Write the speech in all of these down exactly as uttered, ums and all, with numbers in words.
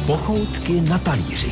Pochoutky na talíři.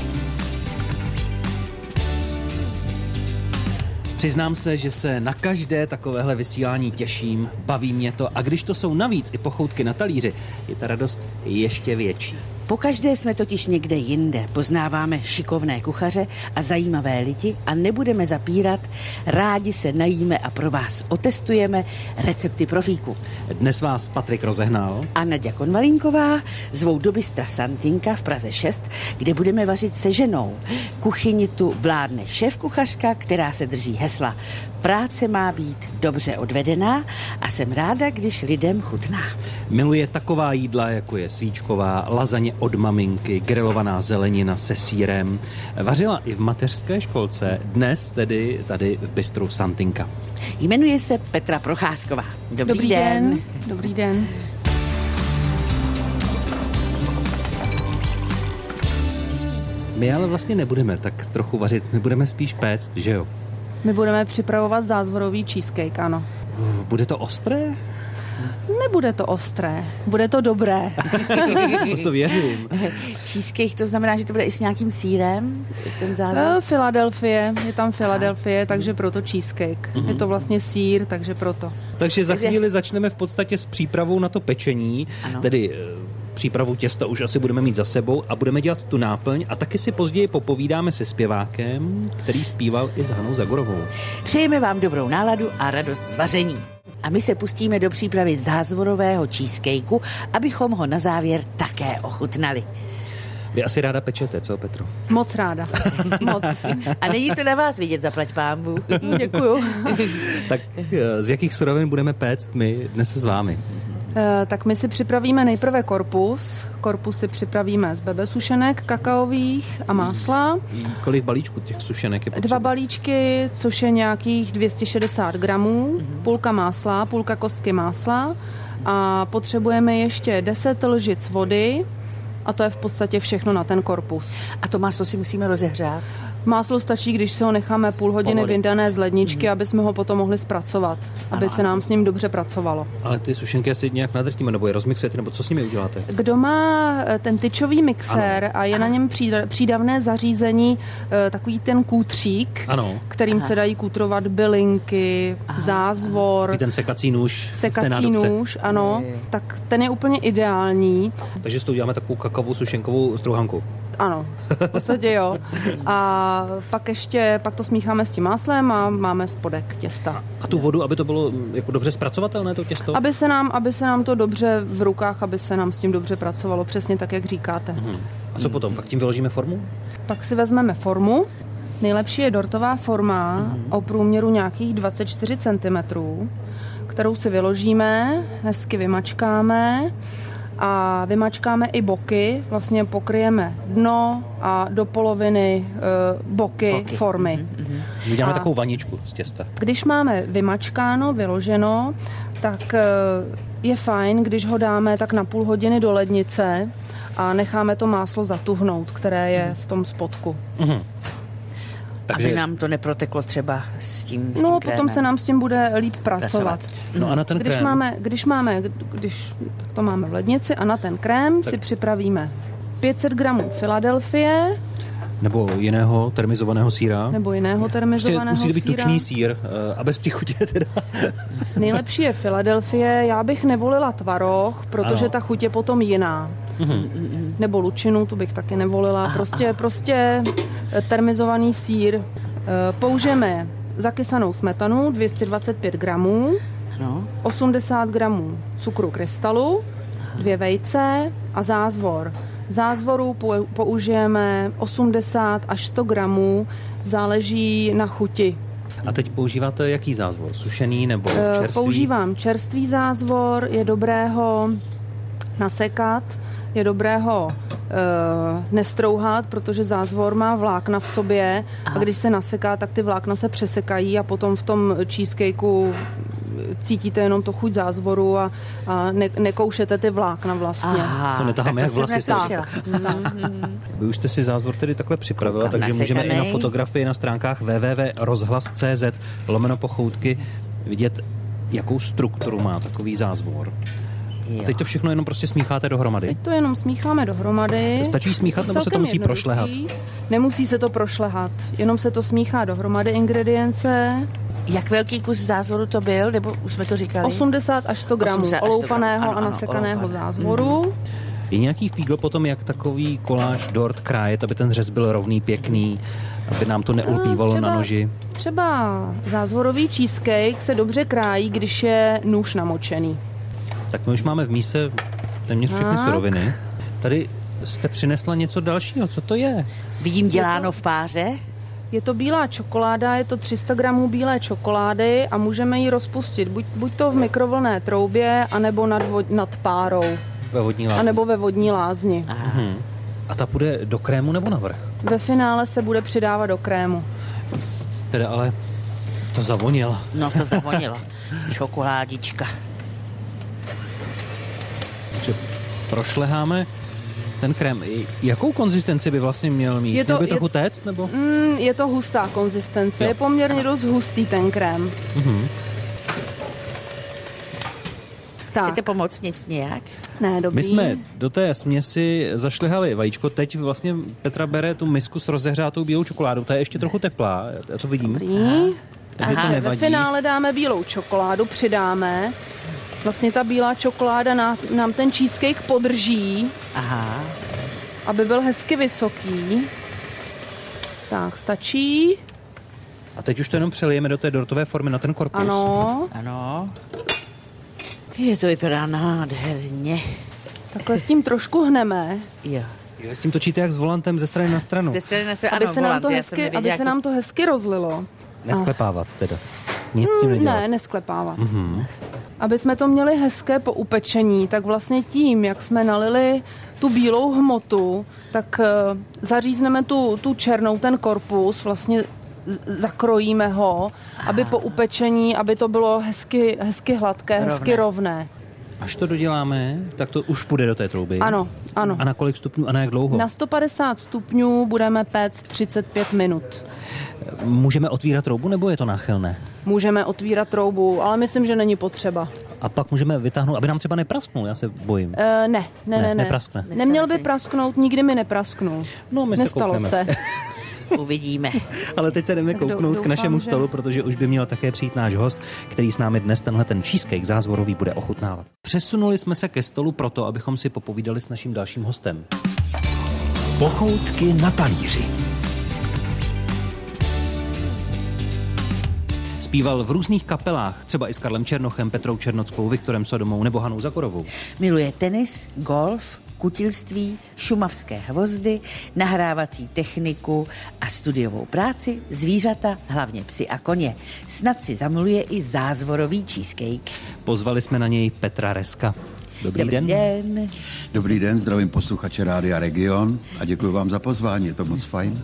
Přiznám se, že se na každé takovéhle vysílání těším, baví mě to a když to jsou navíc i pochoutky na talíři, je ta radost ještě větší. Pokaždé jsme totiž někde jinde, poznáváme šikovné kuchaře a zajímavé lidi a nebudeme zapírat, rádi se najíme a pro vás otestujeme recepty profíku. Dnes vás Patrik rozehnal a Naďa Konvalínková zvou do bystra Santinka v Praze šest, kde budeme vařit se ženou. Kuchyni tu vládne šéfkuchařka, která se drží hesla práce má být dobře odvedená a jsem ráda, když lidem chutná. Miluje taková jídla, jako je svíčková, lazaně od maminky, grilovaná zelenina se sýrem. Vařila i v mateřské školce, dnes tedy tady v bistru Santinka. Jmenuje se Petra Procházková. Dobrý, Dobrý den. den. Dobrý den. My ale vlastně nebudeme tak trochu vařit, my budeme spíš péct, že jo? My budeme připravovat zázvorový cheesecake, ano. Bude to ostré? Nebude to ostré, bude to dobré. To věřím. Cheesecake, to znamená, že to bude i s nějakým sýrem? Ten závěr? Filadelfie, je tam Filadelfie, takže proto cheesecake. Mm-hmm. Je to vlastně sýr, takže proto. Takže za chvíli začneme v podstatě s přípravou na to pečení, ano. Tedy přípravu těsta už asi budeme mít za sebou a budeme dělat tu náplň a taky si později popovídáme se zpěvákem, který zpíval i s Hanou Zagorovou. Přejeme vám dobrou náladu a radost z vaření. A my se pustíme do přípravy zázvorového cheesecakeu, abychom ho na závěr také ochutnali. Vy asi ráda pečete, co, Petro? Moc ráda. Moc. A není to na vás vidět, zaplať pánbu. Děkuju. Tak z jakých surovin budeme péct my dnes s vámi? E, tak my si připravíme nejprve korpus. Korpus si připravíme z bebe sušenek kakaových a másla. Kolik balíčků těch sušenek je potřeba? Dva balíčky, což je nějakých dvě stě šedesát gramů, půlka másla, půlka kostky másla a potřebujeme ještě deset lžic vody a to je v podstatě všechno na ten korpus. A to máslo si musíme rozehřát? Máslo stačí, když si ho necháme půl hodiny Povolit. vyndané z ledničky, mm. aby jsme ho potom mohli zpracovat, ano, aby se ano. nám s ním dobře pracovalo. Ale ty sušenky asi nějak nadrtíme, nebo je rozmixujete, nebo co s nimi uděláte? Kdo má ten tyčový mixér ano. a je ano. na něm přídavné zařízení, takový ten kůtřík, ano. kterým Aha. se dají kůtrovat bylinky, Aha. zázvor. Takový ten sekací nůž. Sekací nůž, ano, je. tak ten je úplně ideální. Takže s tou děláme takovou kakavou sušenkovou struhanku. Ano, v podstatě jo. A pak ještě, pak to smícháme s tím máslem a máme spodek těsta. A tu vodu, aby to bylo jako dobře zpracovatelné, to těsto? Aby se nám, aby se nám to dobře v rukách, aby se nám s tím dobře pracovalo, přesně tak, jak říkáte. Mhm. A co potom? Pak tím vyložíme formu? Pak si vezmeme formu. Nejlepší je dortová forma mhm. o průměru nějakých dvacet čtyři centimetrů, kterou si vyložíme, hezky vymačkáme. A vymačkáme i boky, vlastně pokryjeme dno a do poloviny e, boky, boky formy. Mm-hmm. My děláme a takovou vaničku z těsta. Když máme vymačkáno, vyloženo, tak e, je fajn, když ho dáme tak na půl hodiny do lednice a necháme to máslo zatuhnout, které je v tom spodku. Mm-hmm. Takže... Aby nám to neproteklo třeba s tím, s tím No, krémem. potom se nám s tím bude líp pracovat. No a na ten když krém? Máme, když máme, když to máme v lednici a na ten krém tak si připravíme pět set gramů Filadelfie. Nebo jiného termizovaného sýra. Nebo jiného termizovaného sýra. Musí to být sýra. tučný sýr a bez příchutě teda. Nejlepší je Filadelfie. Já bych nevolila tvaroh, protože ano. ta chuť je potom jiná. Mm-hmm. Nebo lučinu, tu bych taky nevolila. Aha, prostě, aha. prostě termizovaný sýr. Použijeme zakysanou smetanu dvě stě dvacet pět gramů, no. osmdesát gramů cukru krystalu, dvě vejce a zázvor. Zázvoru použijeme osmdesát až sto gramů, záleží na chuti. A teď používáte jaký zázvor? Sušený nebo čerstvý? Používám čerstvý zázvor, je dobré ho nasekat, je dobré ho e, nestrouhat, protože zázvor má vlákna v sobě. Aha. A když se naseká, tak ty vlákna se přesekají a potom v tom cheesecakeu cítíte jenom to chuť zázvoru a, a ne, nekoušete ty vlákna vlastně. Aha, to netaháme jak vlasy. Vy už jste si zázvor tedy takhle připravila, takže nasekanej. Můžeme i na fotografii na stránkách w w w tečka rozhlas tečka c z lomeno pochoutky vidět, jakou strukturu má takový zázvor. A teď to všechno jenom prostě smícháte dohromady? Teď to jenom smícháme dohromady. Stačí smíchat, nebo se to musí jednoduchý. prošlehat? Nemusí se to prošlehat, jenom se to smíchá dohromady ingredience. Jak velký kus zázvoru to byl, nebo už jsme to říkali? osmdesát až sto gramů oloupaného ano, a nasekaného ano, zázvoru. Mm. Je nějaký fígl potom, jak takový koláč dort krájet, aby ten řez byl rovný, pěkný, aby nám to neulpívalo třeba, na noži? Třeba zázvorový cheesecake se dobře krájí, když je nůž namočený. Tak my už máme v míse téměř všechny tak. suroviny. Tady jste přinesla něco dalšího, co to je? Vidím děláno v páře. Je to bílá čokoláda, je to tři sta gramů bílé čokolády a můžeme ji rozpustit buď, buď to v mikrovlnné troubě, anebo nad, vo, nad párou. Ve vodní lázni. A nebo ve vodní lázni. Mhm. A ta půjde do krému nebo na vrch? Ve finále se bude přidávat do krému. Teda ale to zavonilo. No to zavonilo. Čokoládička. Takže prošleháme ten krém. Jakou konzistenci by vlastně měl mít? Je to, měl by trochu je, téct, nebo? Mm, je to hustá konzistence. Jo. Je poměrně dost hustý ten krém. Mhm. Tak. Chcete pomoct nějak? Ne, dobrý. My jsme do té směsi zašlehali vajíčko. Teď vlastně Petra bere tu misku s rozehřátou bílou čokoládou. Ta je ještě trochu teplá, já to vidím. Dobrý. Takže to nevadí. Ve finále dáme bílou čokoládu, přidáme. Vlastně ta bílá čokoláda nám, nám ten cheesecake podrží. Aha. Aby byl hezky vysoký. Tak, stačí. A teď už to jenom přelijeme do té dortové formy na ten korpus. Ano. Ano. Je to vypadá nádherně. Takhle s tím trošku hneme. Jo. Jo, s tím točíte jak s volantem ze strany na stranu. Ze strany na stranu, aby ano, se, volant, nám to, hezky, nevěděla, aby se to... nám to hezky rozlilo. Nesklepávat teda. Nic s tím nedělat. Ne, nesklepávat. Mm-hmm. Aby jsme to měli hezké po upečení, tak vlastně tím, jak jsme nalili tu bílou hmotu, tak uh, zařízneme tu, tu černou, ten korpus, vlastně z- zakrojíme ho, Aha. aby po upečení, aby to bylo hezky, hezky hladké, rovné. hezky rovné. Až to doděláme, tak to už půjde do té trouby. Ano, ano. A na kolik stupňů a na jak dlouho? Na sto padesát stupňů budeme péct třicet pět minut. Můžeme otvírat troubu, nebo je to náchylné? Můžeme otvírat troubu, ale myslím, že není potřeba. A pak můžeme vytáhnout, aby nám třeba neprasknul, já se bojím. Uh, ne, ne, ne, ne. Nepraskne. Neměl by prasknout, nikdy mi neprasknul. No, my Nestalo se se. Uvidíme. Ale teď se jdeme kouknout doufám, k našemu že... stolu, protože už by měl také přijít náš host, který s námi dnes tenhle ten cheesecake zázvorový bude ochutnávat. Přesunuli jsme se ke stolu proto, abychom si popovídali s naším dalším hostem. Pochoutky na talíři. Zpíval v různých kapelách, třeba i s Karlem Černochem, Petrou Černockou, Viktorem Sodomou nebo Hanou Zagorovou. Miluje tenis, golf, kutilství, šumavské hvozdy, nahrávací techniku a studiovou práci, zvířata, hlavně psy a koně. Snad si zamiluje i zázvorový cheesecake. Pozvali jsme na něj Petra Reska. Dobrý, Dobrý den. den. Dobrý den, zdravím posluchače Rádia Region a děkuji vám za pozvání, je to moc fajn.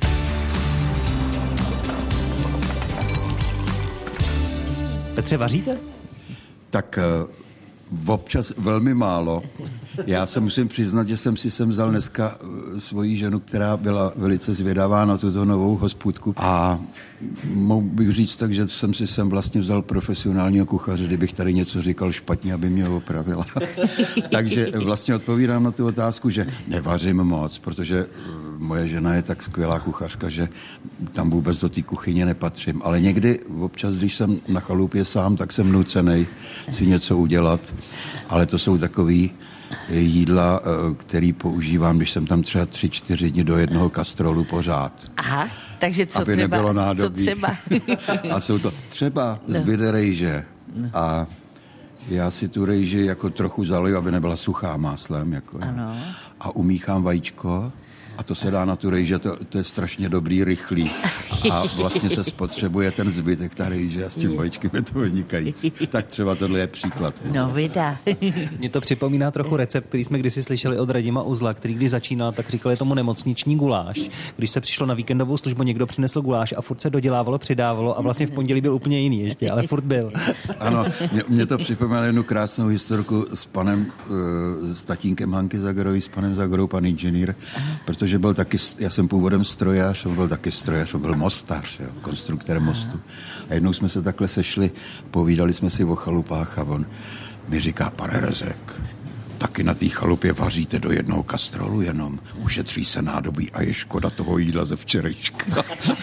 Petře, vaříte? Tak uh, občas velmi málo. Já se musím přiznat, že jsem si sem vzal dneska svoji ženu, která byla velice zvědavá na tuto novou hospůdku. A mohl bych říct tak, že jsem si sem vlastně vzal profesionálního kuchaře, kdybych tady něco říkal špatně, aby mě opravila. Takže vlastně odpovídám na tu otázku, že nevařím moc, protože moje žena je tak skvělá kuchařka, že tam vůbec do té kuchyně nepatřím. Ale někdy občas, když jsem na chalupě sám, tak jsem nucenej si něco udělat. Ale to jsou takový jídla, který používám, když jsem tam třeba tři, čtyři dny do jednoho kastrolu pořád. Aha, takže co aby třeba? Nebylo nádobí. Co třeba? A jsou to třeba zbyde rejže. A já si tu rejži jako trochu zaliju, aby nebyla suchá máslem. Jako, ano. A umíchám vajíčko. A to se dá na tu rejži, to, to je strašně dobrý, rychlý. A vlastně se spotřebuje ten zbytek, ta rejže a s tím vajíčkem je to vynikající. Tak třeba tohle je příklad. No vida. Mně to připomíná trochu recept, který jsme kdysi slyšeli od Radima Uzla, který když začínal, tak říkali tomu nemocniční guláš. Když se přišlo na víkendovou službu, někdo přinesl guláš a furt se dodělávalo, přidávalo a vlastně v pondělí byl úplně jiný ještě, ale furt byl. Ano, mě, mě to připomíná jednu krásnou historku s panem, s tatínkem Hanky Zagorový, s panem Zagorou, pan inženýr, protože že byl taky, já jsem původem strojař, on byl taky strojař, on byl mostař, jo, konstruktor mostu. A jednou jsme se takhle sešli, povídali jsme si o chalupách a on mi říká, pane Rezek, taky na té chalupě vaříte do jednoho kastrolu jenom. Ušetří se nádobí a je škoda toho jídla ze včerejška.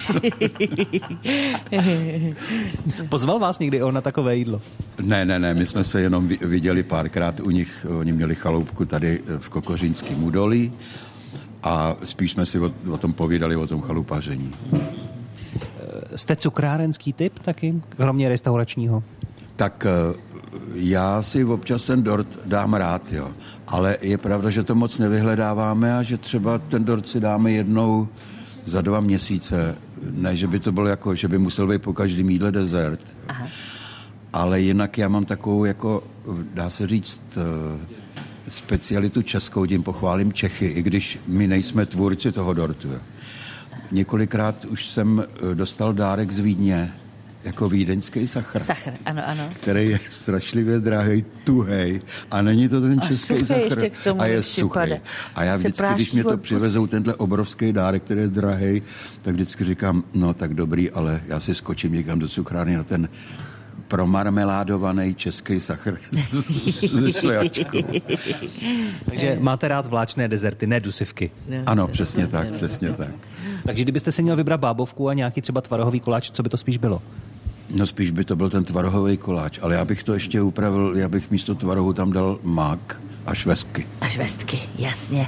Pozval vás někdy on na takové jídlo? Ne, ne, ne, my jsme se jenom viděli párkrát u nich. Oni měli chaloupku tady v Kokořínském údolí a spíš jsme si o, o tom povídali, o tom chalupaření. Jste cukrárenský typ taky, kromě restauračního? Tak já si občas ten dort dám rád, jo. Ale je pravda, že to moc nevyhledáváme a že třeba ten dort si dáme jednou za dva měsíce. Ne, že by to bylo jako, že by musel být po každém jídle dezert. Aha. Ale jinak já mám takovou, jako, dá se říct, specialitu českou, tím pochválím Čechy, i když my nejsme tvůrci toho dortu. Několikrát už jsem dostal dárek z Vídně, jako vídeňský sachr. Sachr, ano, ano. Který je strašlivě drahý, tuhej. A není to ten a český sachr. A je suchý. A já vždycky, když mě to přivezou, tenhle obrovský dárek, který je drahý, tak vždycky říkám, no tak dobrý, ale já si skočím někam do cukrárny na ten promarmeládovaný český sachr se šlehačkou. Takže máte rád vláčné dezerty, ne dusivky. Ano, přesně tak, přesně tak. Takže kdybyste si měl vybrat bábovku a nějaký třeba tvarohový koláč, co by to spíš bylo? No spíš by to byl ten tvarohový koláč, ale já bych to ještě upravil, já bych místo tvarohu tam dal mák a švestky. A švestky, jasně.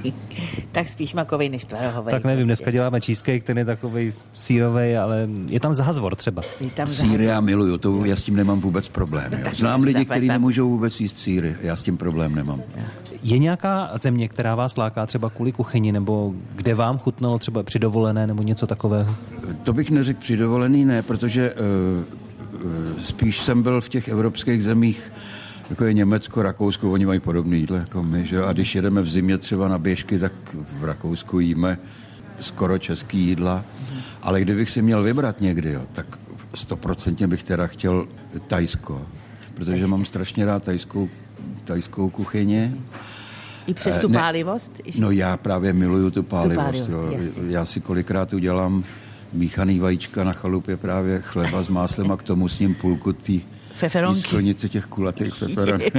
Tak spíš makovej než tvarohovej. Tak nevím, prostě. Dneska děláme cheesecake, ten je takovej sírovej, ale je tam zahazvor třeba. Sýry já miluju, to já s tím nemám vůbec problém. Jo. Znám lidi, kteří nemůžou vůbec jíst sýry, já s tím problém nemám. Je nějaká země, která vás láká třeba kvůli kuchyni, nebo kde vám chutnalo třeba při dovolené, nebo něco takového? To bych neřekl při dovolený, ne, protože uh, uh, spíš jsem byl v těch evropských zemích, jako je Německo, Rakousko, oni mají podobné jídlo jako my, že? A když jedeme v zimě třeba na běžky, tak v Rakousku jíme skoro český jídla. Mm. Ale kdybych si měl vybrat někdy, jo, tak stoprocentně bych teda chtěl Thajsko, protože Thajsko. Mám strašně rád thajskou, thajskou kuchyni. I přes tu ne, pálivost? No já právě miluju tu pálivost. Tu pálivost jo. Já si kolikrát udělám míchaný vajíčka na chalupě, právě chleba s máslem a k tomu s ním půlku tý feferonky. Sklenice těch kulatých feferonek.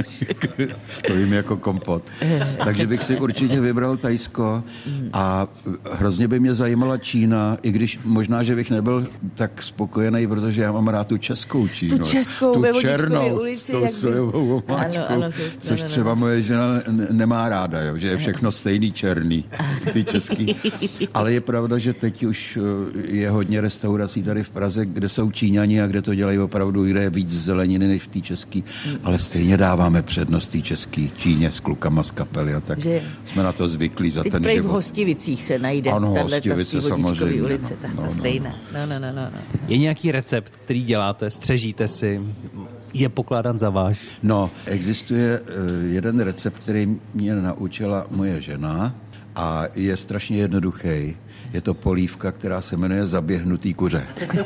To jim jako kompot. Takže bych si určitě vybral Thajsko a hrozně by mě zajímala Čína, i když možná, že bych nebyl tak spokojený, protože já mám rád tu českou Čínu. Tu českou, tu černou, ulici, s tou sojovou omáčkou, ano, ano, což no, no, třeba moje žena nemá ráda, jo, že je všechno stejný černý, ty český. Ale je pravda, že teď už je hodně restaurací tady v Praze, kde jsou Číňani a kde to dělají opravdu, kde je víc zelení než v té český, ale stejně dáváme přednost té český Číně s klukama z kapely a tak že jsme na to zvyklí za ten život. v Hostivicích se najde ano, Hostivice samozřejmě. Ulice, no, ta no, stejná. No, no, no, no, no. Je nějaký recept, který děláte, střežíte si, je pokládan za váš? No, existuje uh, jeden recept, který mě naučila moje žena a je strašně jednoduchý. Je to polívka, která se jmenuje zaběhnutý kuře.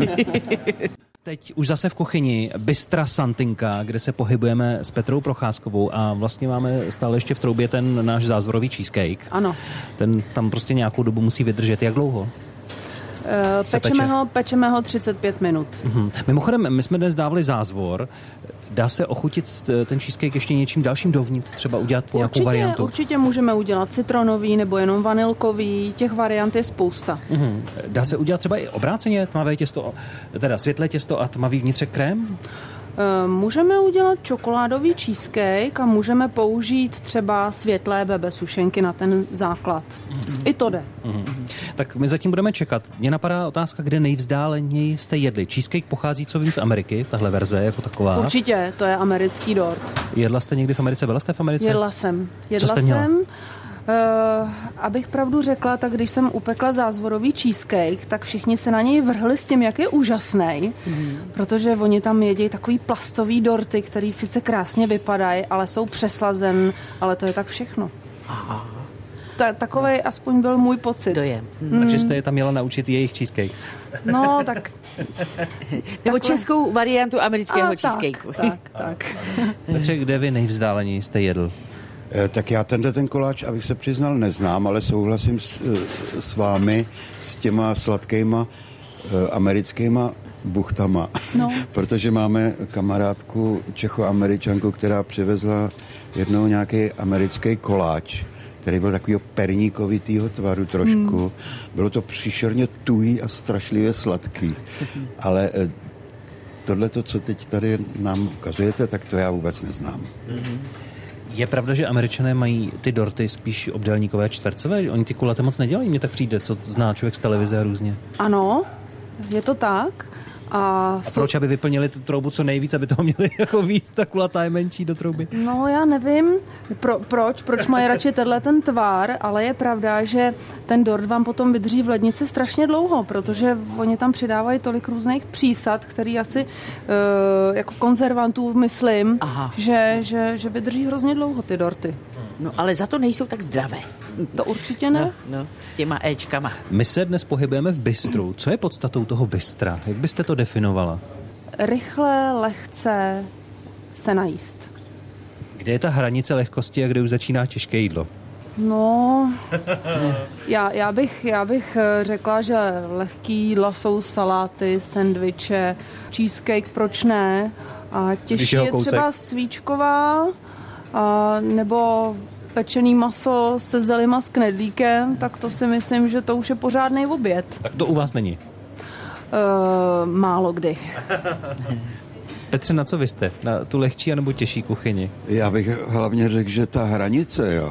Teď už zase v kuchyni Bystra Santinka, kde se pohybujeme s Petrou Procházkovou a vlastně máme stále ještě v troubě ten náš zázvorový cheesecake. Ano. Ten tam prostě nějakou dobu musí vydržet. Jak dlouho? Uh, pečeme, peče? ho, pečeme ho třicet pět minut. Uh-huh. Mimochodem, my jsme dnes dávali zázvor. Dá se ochutit ten cheesecake ještě něčím dalším dovnitř? Třeba udělat určitě, nějakou variantu? Určitě můžeme udělat citronový nebo jenom vanilkový. Těch variant je spousta. Uh-huh. Dá se udělat třeba i obráceně tmavé těsto, teda světlé těsto a tmavý vnitřek krém? Můžeme udělat čokoládový cheesecake a můžeme použít třeba světlé bebe sušenky na ten základ. Mm-hmm. I to jde. Mm-hmm. Tak my zatím budeme čekat. Mně napadá otázka, kde nejvzdáleněji jste jedli. Cheesecake pochází, co vím, z Ameriky, tahle verze jako taková. Určitě, to je americký dort. Jedla jste někdy v Americe? Byla jste v Americe? Jedla jsem. Jedla co jste měla? jsem. Uh, abych pravdu řekla, tak když jsem upekla zázvorový cheesecake, tak všichni se na něj vrhli s tím, jak je úžasnej, mm. protože oni tam jedí takový plastový dorty, který sice krásně vypadají, ale jsou přeslazen, ale to je tak všechno. Aha. Ta, takovej no. aspoň byl můj pocit. Dojem. Mm. Takže jste je tam měla naučit jejich cheesecake. No, tak... Nebo takhle... českou variantu amerického A, cheesecakeu. Tak, tak, tak. Petře, kde vy nejvzdáleněji jste jedl? Tak já tenhle ten koláč, abych se přiznal, neznám, ale souhlasím s, s vámi, s těma sladkýma americkýma buchtama. No. Protože máme kamarádku Čechoameričanku, která přivezla jednou nějaký americký koláč, který byl takového perníkovitýho tvaru trošku. Hmm. Bylo to příšerně tuhý a strašlivě sladký. Ale tohleto, co teď tady nám ukazujete, tak to já vůbec neznám. Hmm. Je pravda, že Američané mají ty dorty spíš obdélníkové, čtvercové? Oni ty kulaté moc nedělají, mně tak přijde, co zná člověk z televize různě. Ano, je to tak. A, a proč, aby vyplnili tu troubu co nejvíc, aby toho měli jako víc, ta kulatá je menší do trouby? No já nevím, pro, proč, proč mají radši tenhle ten tvar, ale je pravda, že ten dort vám potom vydrží v lednici strašně dlouho, protože oni tam přidávají tolik různých přísad, který asi uh, jako konzervantů myslím, že, že, že vydrží hrozně dlouho ty dorty. No ale za to nejsou tak zdravé. To určitě ne. No, no, s těma éčkama. My se dnes pohybujeme v bistru. Co je podstatou toho bistra? Jak byste to definovala? Rychle, lehce se najíst. Kde je ta hranice lehkosti a kde už začíná těžké jídlo? No, já, já, bych, já bych řekla, že lehký jídla jsou saláty, sendviče, cheesecake, proč ne? A těžší je třeba svíčková, a nebo pečený maso se zelima s knedlíkem, tak to si myslím, že to už je pořádnej oběd. Tak to u vás není? Uh, málo kdy. Petře, na co vy jste? Na tu lehčí anebo těžší kuchyni? Já bych hlavně řekl, že ta hranice, jo,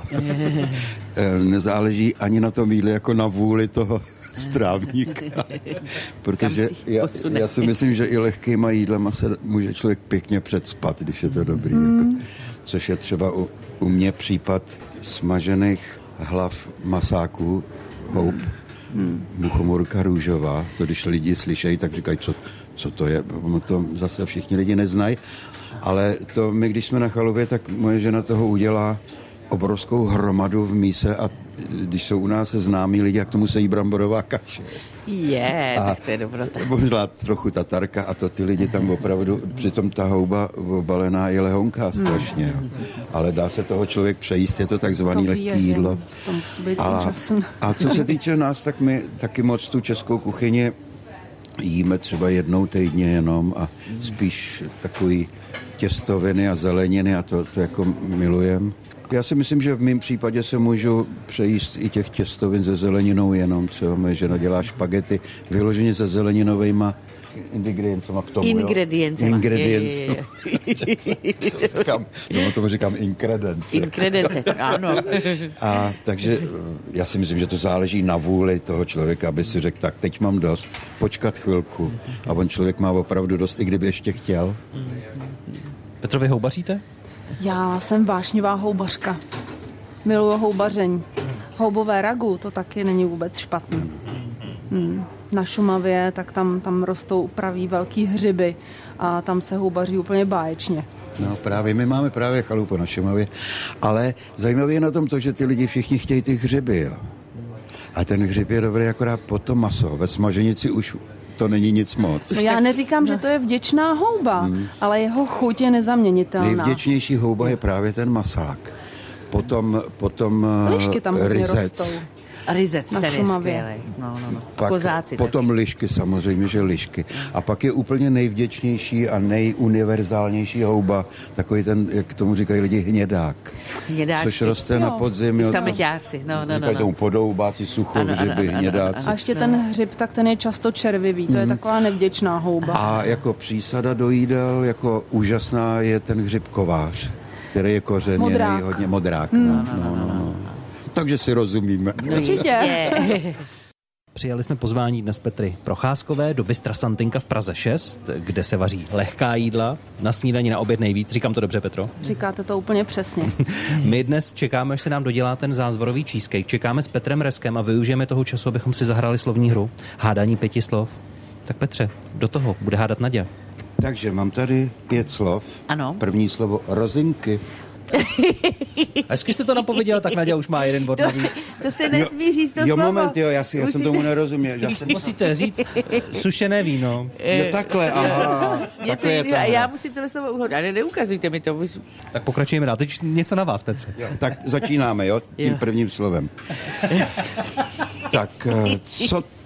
nezáleží ani na tom jídle, jako na vůli toho strávníka. Protože já, já si myslím, že i lehkýma jídlema se může člověk pěkně předspat, když je to dobrý. Mm. Jako, což je třeba u, u mě případ smažených hlav masáků, houb, mm. muchomorka růžová. To když lidi slyšejí, tak říkají, co, co to je. To zase všichni lidi neznají. Ale to my, když jsme na chalupě, tak moje žena toho udělá obrovskou hromadu v míse a když jsou u nás známí lidi, jak tomu se jí bramborová kaše. Je, a tak to je dobrota. Možná trochu tatarka a to ty lidi tam opravdu, přitom ta houba obalená je lehonká strašně. Hmm. Ale dá se toho člověk přejíst, je to takzvaný lehký jídlo. A, a co se týče nás, tak my taky moc tu českou kuchyni jíme třeba jednou týdně jenom a spíš takový těstoviny a zeleniny a to, to jako milujem. Já si myslím, že v mém případě se můžu přejíst i těch těstovin se zeleninou jenom. Třeba moje žena dělá špagety vyloženě se zeleninovejma ingrediencema k tomu. Ingrediencema. Ingrediencema. to říkám, no, tomu říkám inkredence. Inkredence, tak ano. A takže já si myslím, že to záleží na vůli toho člověka, aby si řekl, tak teď mám dost, počkat chvilku. A on člověk má opravdu dost, i kdyby ještě chtěl. Petro, vy houbaříte? Já jsem vášnivá houbařka. Miluju houbaření. Houbové ragu, to taky není vůbec špatný. Hmm. Na Šumavě, tak tam, tam rostou praví velký hřiby a tam se houbaří úplně báječně. No právě, my máme právě chalupu na Šumavě, ale zajímavé je na tom to, že ty lidi všichni chtějí ty hřiby, jo. A ten hřib je dobrý akorát po to maso. Ve smaženici už to není nic moc. No já neříkám, že to je vděčná houba, hmm. ale jeho chuť je nezaměnitelná. Nejvděčnější houba je právě ten masák. Potom, potom lišky tam ryzec. rostou. Ryzec, ten je skvělej. No, no, no. Pak, kozáci potom taky. lišky, samozřejmě, že lišky. A pak je úplně nejvděčnější a nejuniverzálnější houba, takový ten, jak tomu říkají lidi, hnědák. Hnědáčky. Což roste jo. na podzim. Ty sameťáci, no, no, no. no. Podobáci, suchohřiby, hnědáci. A ještě ten hřib, tak ten je často červivý, to mm. je taková nevděčná houba. A jako přísada do jídel, jako úžasná je ten hřib kovář, který je kořeněný, modrák. hodně modrák. Mm. No, no, no, no. Takže si rozumíme. No jistě. Přijali jsme pozvání dnes Petry Procházkové do Bystra Santinka v Praze šest, kde se vaří lehká jídla, na snídani, na oběd nejvíc. Říkám to dobře, Petro? Říkáte to úplně přesně. My dnes čekáme, až se nám dodělá ten zázvorový cheesecake. Čekáme s Petrem Reskem a využijeme toho času, abychom si zahráli slovní hru. Hádání pěti slov. Tak Petře, do toho bude hádat Naďa. Takže mám tady pět slov. Ano. První slovo rozinky. A jestli jste to napověděl, tak Naďa už má jeden bod navíc. To se nesmí říct to jo, slovo. Jo, moment, jo, já, si, já jsem tomu nerozuměl. Já jsem... Musíte říct sušené víno. Jo, takhle, aha. Něco jiného, a já musím tohle slovo uhodnout. Ale neukazujte mi to. Tak pokračujeme dál. Teď něco na vás, Petře. Jo, tak začínáme, jo, tím jo. prvním slovem. Tak, co,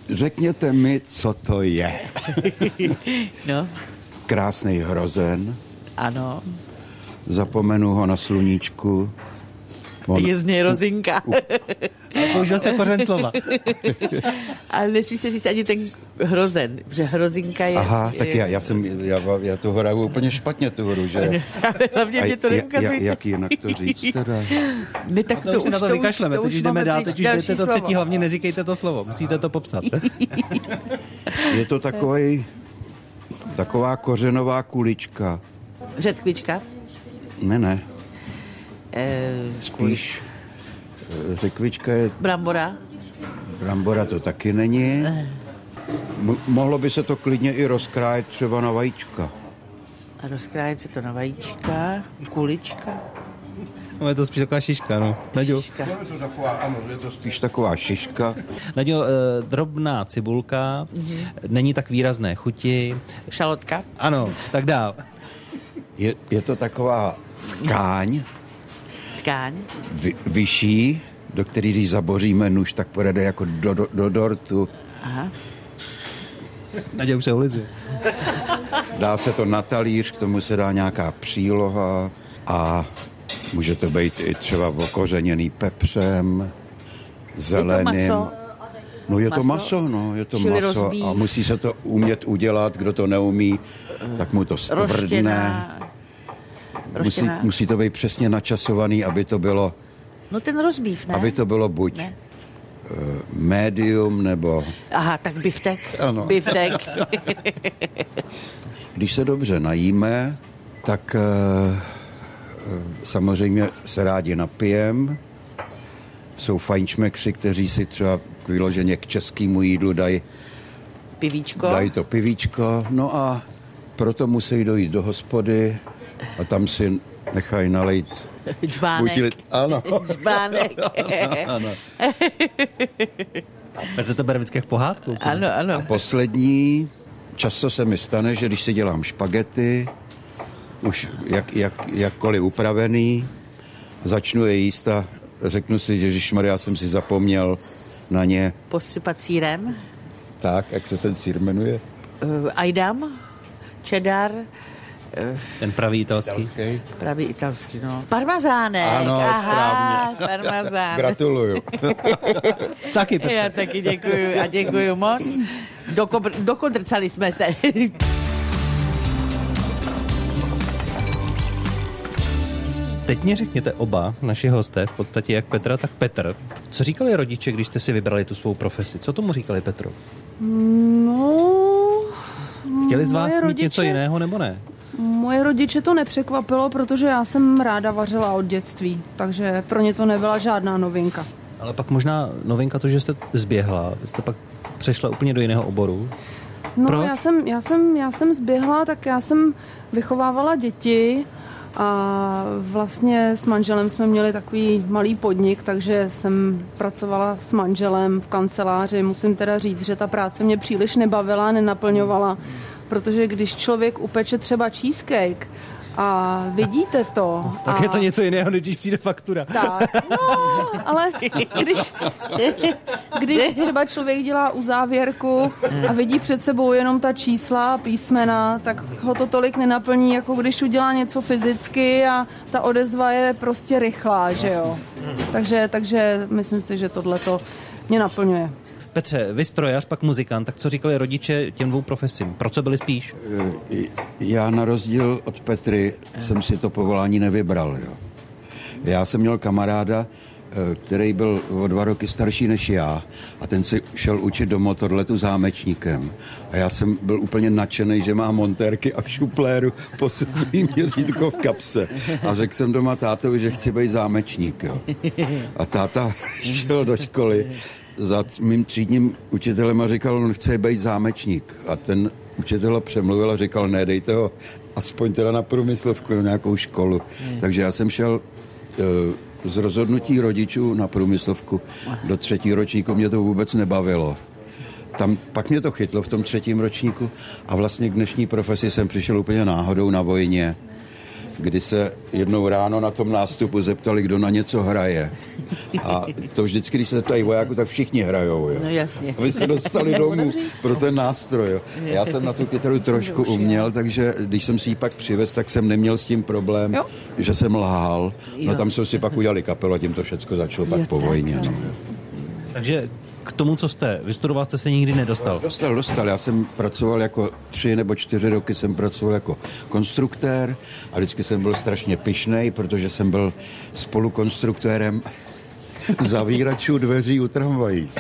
řekněte mi, co to je. No. Krásný hrozen. Ano. Zapomenu ho na sluníčku. On... Je z něj rozinka. U... Použil jste kořen slova. Ale nesmí se říct ani ten hrozen, že hrozinka je... Aha, je... tak já, já, jsem, já, já to hraju úplně špatně, tu hru, že? Hlavně mě to neukazujte. Jak jinak to říct teda? Ne, tak to, to už si na to to vykašleme, to teď už jdeme dál, teď už jdete to třetí, slovo. hlavně neříkejte to slovo, musíte to popsat. Je to takovej, taková kořenová kulička. Řetkvička? Ne, ne. E, Spíš řekvička je... Brambora? Brambora to taky není. M- mohlo by se to klidně i rozkrájet třeba na vajíčka. A rozkrájet se to na vajíčka, kulička. No, je to spíš taková šiška, no. Naďo. Šiška. No, je to taková, ano, je to spíš taková šiška. Naďo, eh, drobná cibulka, mm-hmm. není tak výrazné chuti. Šalotka? Ano, tak dál. Je, je to taková tkáň. Tkáň? Vy, vyšší, do který, když zaboříme nůž, tak pojede jako do, do, do dortu. Aha. Naděj už se ulizuje. Dá se to na talíř, k tomu se dá nějaká příloha a může to být i třeba okořeněný pepřem, zeleným. Je to maso? No je maso? to maso, no, je to Čili maso rozbív. a musí se to umět udělat, kdo to neumí, tak mu to stvrdne. Roštěná. Musí, musí to být přesně načasovaný, aby to bylo... No ten rozbív, ne? Aby to bylo buď ne? médium, nebo... Aha, tak biftek. Ano. Biftek. Když se dobře najíme, tak uh, samozřejmě se rádi napijem. Jsou fajnšmekři, kteří si třeba vyloženě k českému jídlu dají Pivíčko. dají to pivíčko. No a proto musí dojít do hospody a tam si nechají nalejt Džbánek. Buď, ano. Džbánek. Ano. Petr to bere vždycky jak pohádku. Ano, ano. A poslední, často se mi stane, že když si dělám špagety, už jak, jak, jakkoliv upravený, začnu je jíst a řeknu si, že ježišmarja, já jsem si zapomněl na ně. Posypat sýrem. Tak, jak se ten sýr jmenuje? Uh, Ajdam, cheddar. Uh, Ten pravý italský. Italský. Pravý italský, no. Parmazánek. Ano, aha, správně. Parmazán. Gratuluju. Taky, Petře. Já taky děkuju a děkuju moc. Doko- dokodrcali jsme se. Teď mě řekněte oba, naši hosté, v podstatě jak Petra, tak Petr. Co říkali rodiče, když jste si vybrali tu svou profesi? Co tomu říkali Petru? No... Chtěli z vás moje mít rodiče, něco jiného, nebo ne? Moje rodiče to nepřekvapilo, protože já jsem ráda vařila od dětství, takže pro ně to nebyla žádná novinka. Ale pak možná novinka to, že jste zběhla, jste pak přešla úplně do jiného oboru. No, Proč? já jsem, já jsem, já jsem zběhla, tak já jsem vychovávala děti a vlastně s manželem jsme měli takový malý podnik, takže jsem pracovala s manželem v kanceláři. Musím teda říct, že ta práce mě příliš nebavila, nenaplňovala, protože když člověk upeče třeba cheesecake a vidíte to... Tak a... je to něco jiného, než když přijde faktura. Tak, no, ale když, když třeba člověk dělá uzávěrku a vidí před sebou jenom ta čísla a písmena, tak ho to tolik nenaplní, jako když udělá něco fyzicky a ta odezva je prostě rychlá, že jo. Takže, takže myslím si, že tohleto mě naplňuje. Petře, vy strojař, pak muzikant, tak co říkali rodiče těm dvou profesím? Pro co byli spíš? Já na rozdíl od Petry jsem si to povolání nevybral. Jo. Já jsem měl kamaráda, který byl o dva roky starší než já a ten si šel učit do motorletu zámečníkem. A já jsem byl úplně nadšený, že má montérky a v šupléru posuvný měřítko v kapse. A řekl jsem doma tátovi, že chci být zámečník. Jo. A táta šel do školy za mým třídním učitelem a říkal, on chce být zámečník. A ten učitel ho přemluvil a říkal, ne, dejte ho aspoň teda na průmyslovku, na nějakou školu. Hmm. Takže já jsem šel uh, z rozhodnutí rodičů na průmyslovku do třetí ročníku, mě to vůbec nebavilo. Tam, pak mě to chytlo v tom třetím ročníku a vlastně k dnešní profesi jsem přišel úplně náhodou na vojně. kdy se jednou ráno na tom nástupu zeptali, kdo na něco hraje. A to vždycky, když se zeptají vojáku, tak všichni hrajou. Jo. No jasně. Aby se dostali domů pro ten nástroj. Jo. Já jsem na tu kytaru trošku uměl, takže když jsem si ji pak přivez, tak jsem neměl s tím problém, jo. že jsem lhal. No tam jsme si pak udělali kapelu a tím to všechno začalo pak po vojně. No. Takže k tomu, co jste vystudoval, jste se nikdy nedostal? Dostal, dostal. Já jsem pracoval jako tři nebo čtyři roky jsem pracoval jako konstruktér a vždycky jsem byl strašně pyšnej, protože jsem byl spolukonstruktérem zavíračů dveří u tramvají.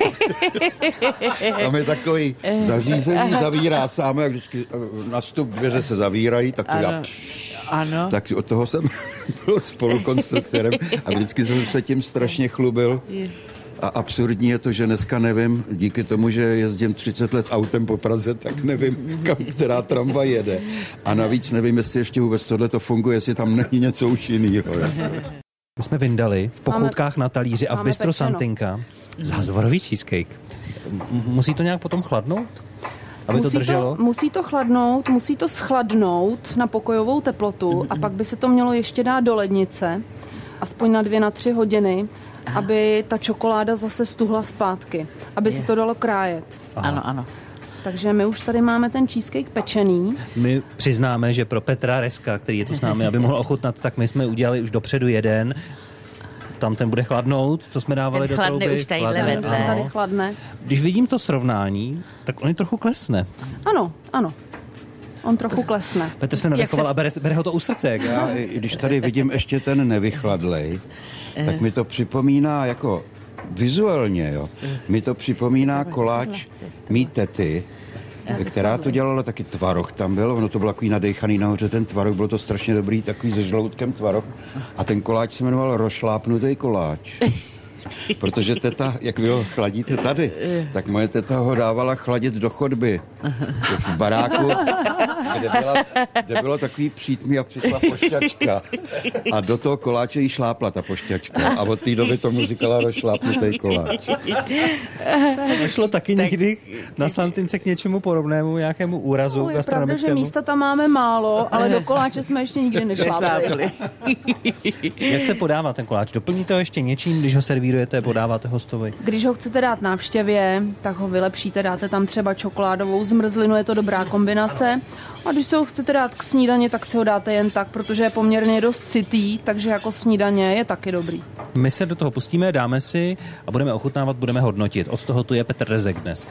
Tam je takový zařízení, zavírá sám, jak vždycky na vstup dveře se zavírají, tak to já... Ano. Tak od toho jsem byl spolukonstruktérem a vždycky jsem se tím strašně chlubil. A absurdní je to, že dneska nevím, díky tomu, že jezdím třicet let autem po Praze, tak nevím, kam která tramvaj jede. A navíc nevím, jestli ještě vůbec tohle to funguje, jestli tam není něco už jinýho. My jsme vyndali v pochoutkách na talíři a v bistro Santinka zázvorový cheesecake. Musí to nějak potom chladnout? Aby musí to drželo? To, musí to chladnout, musí to schladnout na pokojovou teplotu a pak by se to mělo ještě dát do lednice, aspoň na dvě, na tři hodiny, aby ta čokoláda zase stuhla zpátky, aby je. se to dalo krájet. Aha. Ano, ano. Takže my už tady máme ten cheesecake pečený. My přiznáme, že pro Petra Reska, který je tu s námi, aby mohl ochutnat, tak my jsme udělali už dopředu jeden. Tam ten bude chladnout, co jsme dávali ten do trouby. Chladne už tadyhle vedle. Tady chladne. Když vidím to srovnání, tak on je trochu klesne. Ano, ano. On trochu klesne. Petr se nadechoval se... a bere, bere ho to u srdce. Jak? Já, když tady vidím ještě ten nevychladlej, tak mi to připomíná jako vizuálně, jo. Mi to připomíná koláč mý tety, která to dělala, taky tvaroh tam byl, ono to bylo takový nadejchaný nahoře, ten tvaroh, bylo to strašně dobrý, takový se žloutkem tvaroh a ten koláč se jmenoval rozšlápnutý koláč. Protože teta, jak vy ho chladíte tady, tak moje teta ho dávala chladit do chodby. V baráku, kde, byla, kde bylo takový přítmí a přišla pošťačka. A do toho koláče jí šlápla ta pošťačka. A od té doby tomu říkala rozšlápnutý koláč. Došlo taky někdy na Santince k něčemu podobnému, nějakému úrazu no, je gastronomickému? pravda, že místa tam máme málo, ale do koláče jsme ještě nikdy nešlápli. Jak se podává ten koláč? Doplníte ho ještě něčím, když ho servírujete, podáváte hostovi? Když ho chcete dát návštěvě, tak ho vylepšíte, dáte tam třeba čokoládovou zmrzlinu, je to dobrá kombinace. A když se ho chcete dát k snídani, tak si ho dáte jen tak, protože je poměrně dost sytý, takže jako snídaně je taky dobrý. My se do toho pustíme, dáme si a budeme ochutnávat, budeme hodnotit. Od toho tu je Petr Rezek dnes.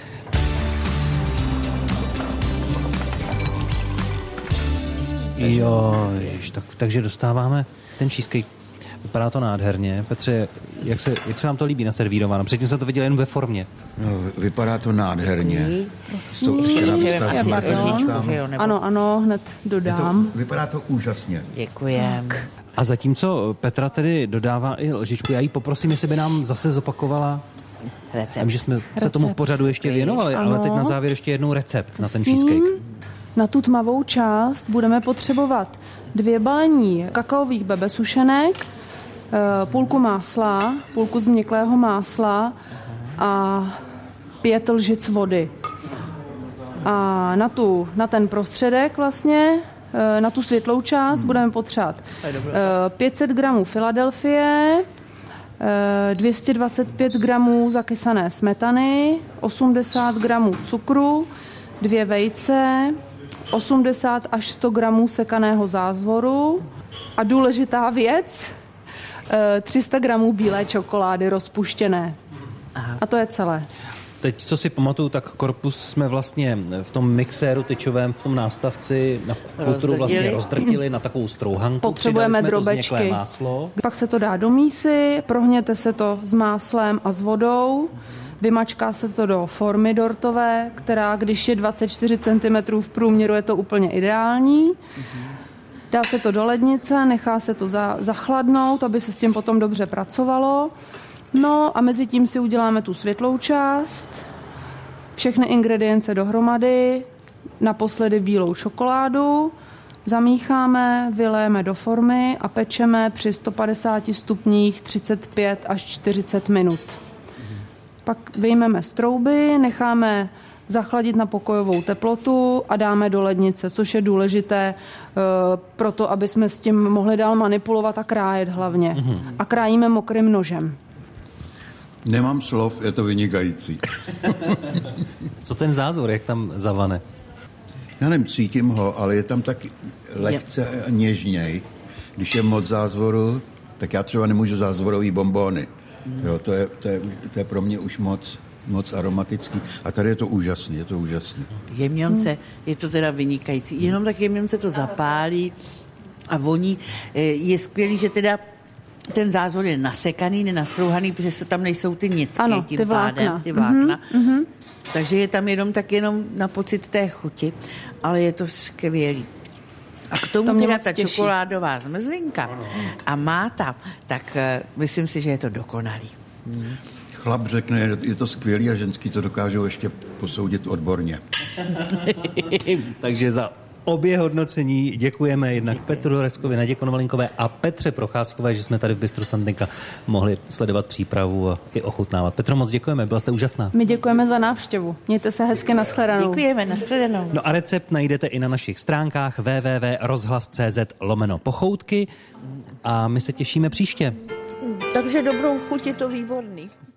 Jo, jež, tak, takže dostáváme ten cheesecake. Vypadá to nádherně. Petře, jak se, jak se vám to líbí naservírováno? Předtím jsem to viděl jen ve formě. No, vypadá to nádherně. Ano, ano, hned dodám. To, vypadá to úžasně. Děkujem. A zatímco Petra tedy dodává i lžičku, já jí poprosím, jestli by nám zase zopakovala recept. Vím, že jsme recept. se tomu v pořadu ještě věnovali, ano. Ale teď na závěr ještě jednou recept Prosím. na ten cheesecake. Na tu tmavou část budeme potřebovat dvě balení kakaových bebesušenek, půlku másla, půlku změklého másla a pět lžic vody. A na, tu, na ten prostředek vlastně, na tu světlou část hmm. budeme potřebovat pět set gramů Filadelfie, dvě stě dvacet pět gramů zakysané smetany, osmdesát gramů cukru, dvě vejce, osmdesát až sto gramů sekaného zázvoru a důležitá věc, tři sta gramů bílé čokolády rozpuštěné. Aha. A to je celé. Teď, co si pamatuju, tak korpus jsme vlastně v tom mixéru tyčovém, v tom nástavci na kutru vlastně rozdrtili na takovou strouhanku. Potřebujeme drobečky. Máslo. Pak se to dá do mísy, prohněte se to s máslem a s vodou. Vymačká se to do formy dortové, která, když je dvacet čtyři centimetrů v průměru, je to úplně ideální. Dá se to do lednice, nechá se to za, zachladnout, aby se s tím potom dobře pracovalo. No a mezi tím si uděláme tu světlou část, všechny ingredience dohromady, naposledy bílou čokoládu, zamícháme, vyléjeme do formy a pečeme při sto padesát stupních třicet pět až čtyřicet minut. Pak vyjmeme z trouby, necháme zachladit na pokojovou teplotu a dáme do lednice, což je důležité uh, pro to, aby jsme s tím mohli dál manipulovat a krájet hlavně. Mm-hmm. A krájíme mokrým nožem. Nemám slov, je to vynikající. Co ten zázvor, jak tam zavane? Já nevím, cítím ho, ale je tam tak lehce něžněj. Když je moc zázvoru, tak já třeba nemůžu zázvorový bonbony. Jo, to, je, to, je, to je pro mě už moc, moc aromatický. A tady je to úžasný, je to úžasný. Jemňonce, hmm. je to teda vynikající. Jenom tak jemňonce to zapálí a voní. Je skvělý, že teda ten zázvor je nasekaný, nenastrouhaný, protože se tam nejsou ty nitky. Ano, tím ty vlákna. Pádem, ty vlákna. Mm-hmm. Takže je tam jenom tak jenom na pocit té chuti, ale je to skvělý. A k tomu teda ta těší. Čokoládová zmrzlinka a máta, tak uh, myslím si, že je to dokonalý. Hmm. Chlap řekne, je to skvělý a ženský to dokážou ještě posoudit odborně. Takže za obě hodnocení děkujeme jednak Petru Horeskovi, Nadě Konovalinkové a Petře Procházkové, že jsme tady v Bistru Sandinka mohli sledovat přípravu a i ochutnávat. Petro, moc děkujeme, byla jste úžasná. My děkujeme za návštěvu. Mějte se hezky, nashledanou. Děkujeme, nashledanou. No a recept najdete i na našich stránkách w w w tečka rozhlas tečka c z lomeno pochoutky a my se těšíme příště. Takže dobrou chuť, je to výborný.